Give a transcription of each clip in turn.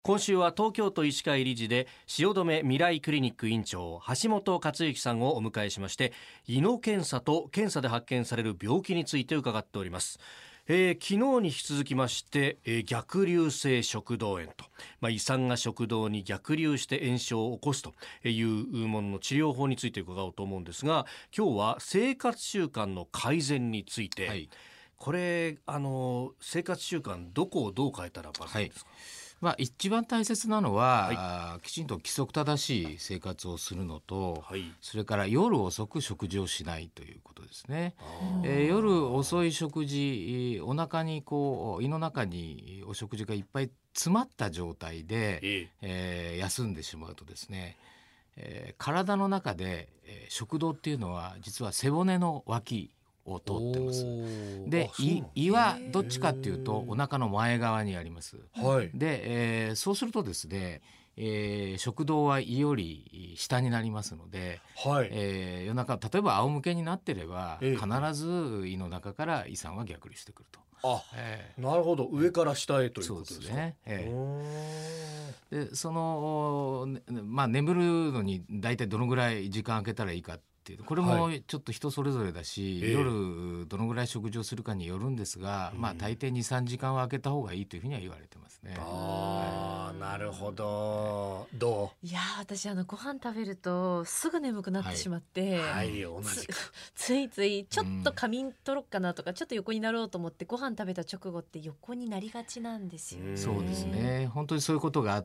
今週は東京都医師会理事で汐留未来クリニック院長橋本克之さんをお迎えしまして、胃の検査と検査で発見される病気について伺っております。昨日に引き続きまして、逆流性食道炎と、胃酸が食道に逆流して炎症を起こすというものの治療法について伺おうと思うんですが、今日は生活習慣の改善について、はい、これ生活習慣どこをどう変えたらバズるんですか？ 一番大切なのは、きちんと規則正しい生活をするのと、それから夜遅く食事をしないということですね。夜遅い食事、お腹に胃の中にお食事がいっぱい詰まった状態で、休んでしまうとですね、体の中で、食道っていうのは実は背骨の脇を通ってます。で、胃はどっちかっていうとお腹の前側にあります。で、そうするとですね、食道は胃より下になりますので、夜中例えば仰向けになってれば、必ず胃の中から胃酸は逆流してくると。 なるほど、上から下へということですか？ そうですね。で眠るのに大体どのぐらい時間空けたらいいかっていう、これもちょっと人それぞれだし、夜どのぐらい食事をするかによるんですが、大抵 2,3 時間は空けた方がいいというふうには言われてますね。 なるほど。どう？ いや、私ご飯食べるとすぐ眠くなってしまって、 同じくついついちょっと仮眠取ろうかなとか、ちょっと横になろうと思ってご飯食べた直後って横になりがちなんですよ。 そうですね、本当にそういうことがあって、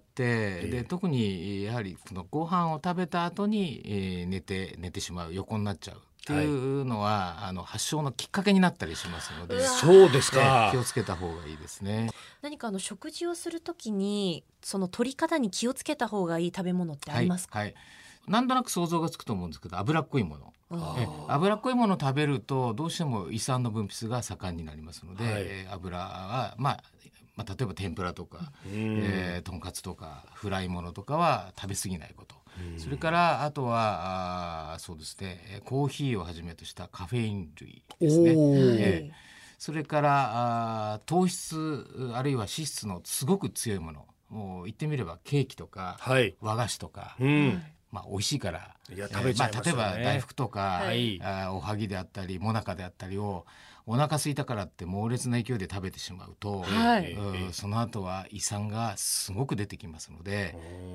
で特にやはりそのご飯を食べた後に、寝てしまう、横になっちゃうっていうのは、発症のきっかけになったりしますので、 そうですか。 気をつけた方がいいですね。 何か食事をするときにその取り方に気をつけた方がいい食べ物ってありますか？ なんとなく想像がつくと思うんですけど、脂っこいもの、脂っこいものを食べるとどうしても胃酸の分泌が盛んになりますので、油は例えば天ぷらとか、とんかつとかフライものとかは食べ過ぎないこと、それからあとはそうですね、コーヒーをはじめとしたカフェイン類ですね。それから糖質あるいは脂質のすごく強いもの、もう言ってみればケーキとか、和菓子とか、美味しいから食べちゃいますよね。 例えば大福とか、おはぎであったりもなかであったりをお腹空いたからって猛烈な勢いで食べてしまうと、その後は胃酸がすごく出てきますので、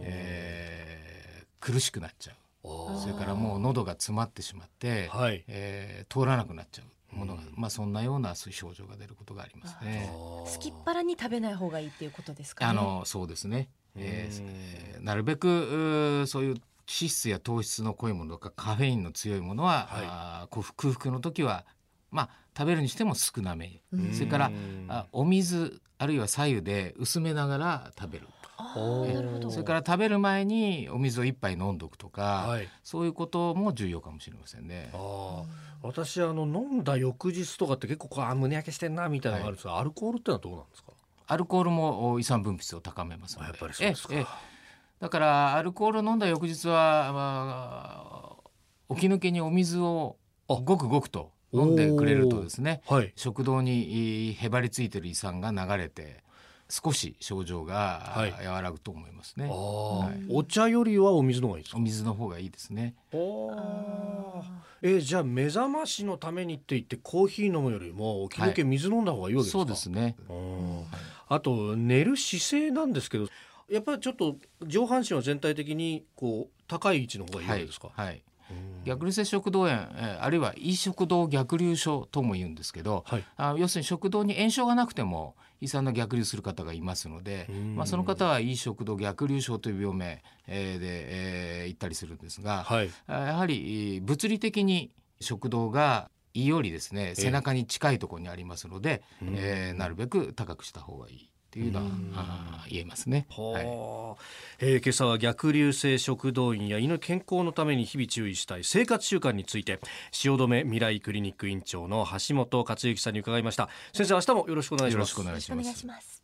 苦しくなっちゃう。それからもう喉が詰まってしまって、通らなくなっちゃうものが、そんなような症状が出ることがありますね。 すきっ腹に食べない方がいいっていうことですかね？ そうですね、なるべくそういう脂質や糖質の濃いものとかカフェインの強いものは、空腹の時は食べるにしても少なめ、それからお水あるいは白湯で薄めながら食べる。 なるほど。 それから食べる前にお水を一杯飲んどくとか、そういうことも重要かもしれませんね。 私飲んだ翌日とかって結構胸焼けしてんなみたいなのがあるんですが、アルコールってのはどうなんですか？ アルコールも胃酸分泌を高めますので。 やっぱりそうですか。 だからアルコールを飲んだ翌日は、起き抜けにお水をごくごくと飲んでくれるとですね、食道にへばりついてる胃酸が流れて少し症状が和らぐと思いますね。 お茶よりはお水の方がいいですか？ お水の方がいいですね。 じゃあ目覚ましのためにって言ってコーヒー飲むよりも起き抜け水飲んだ方がいいわけですか？ そうですね。 あと寝る姿勢なんですけど、やっぱりちょっと上半身は全体的に高い位置の方がいいわけですか？ 逆流性食道炎、あるいは胃食道逆流症とも言うんですけど、要するに食道に炎症がなくても胃酸の逆流する方がいますので、その方は胃食道逆流症という病名、で、言ったりするんですが、やはり物理的に食道が胃よりですね、背中に近いところにありますので、なるべく高くした方がいいっていうのは言えますね。 今朝は逆流性食道炎や胃の健康のために日々注意したい生活習慣について、汐留未来クリニック院長の橋本克之さんに伺いました。先生、明日もよろしくお願いします。 よろしくお願いします。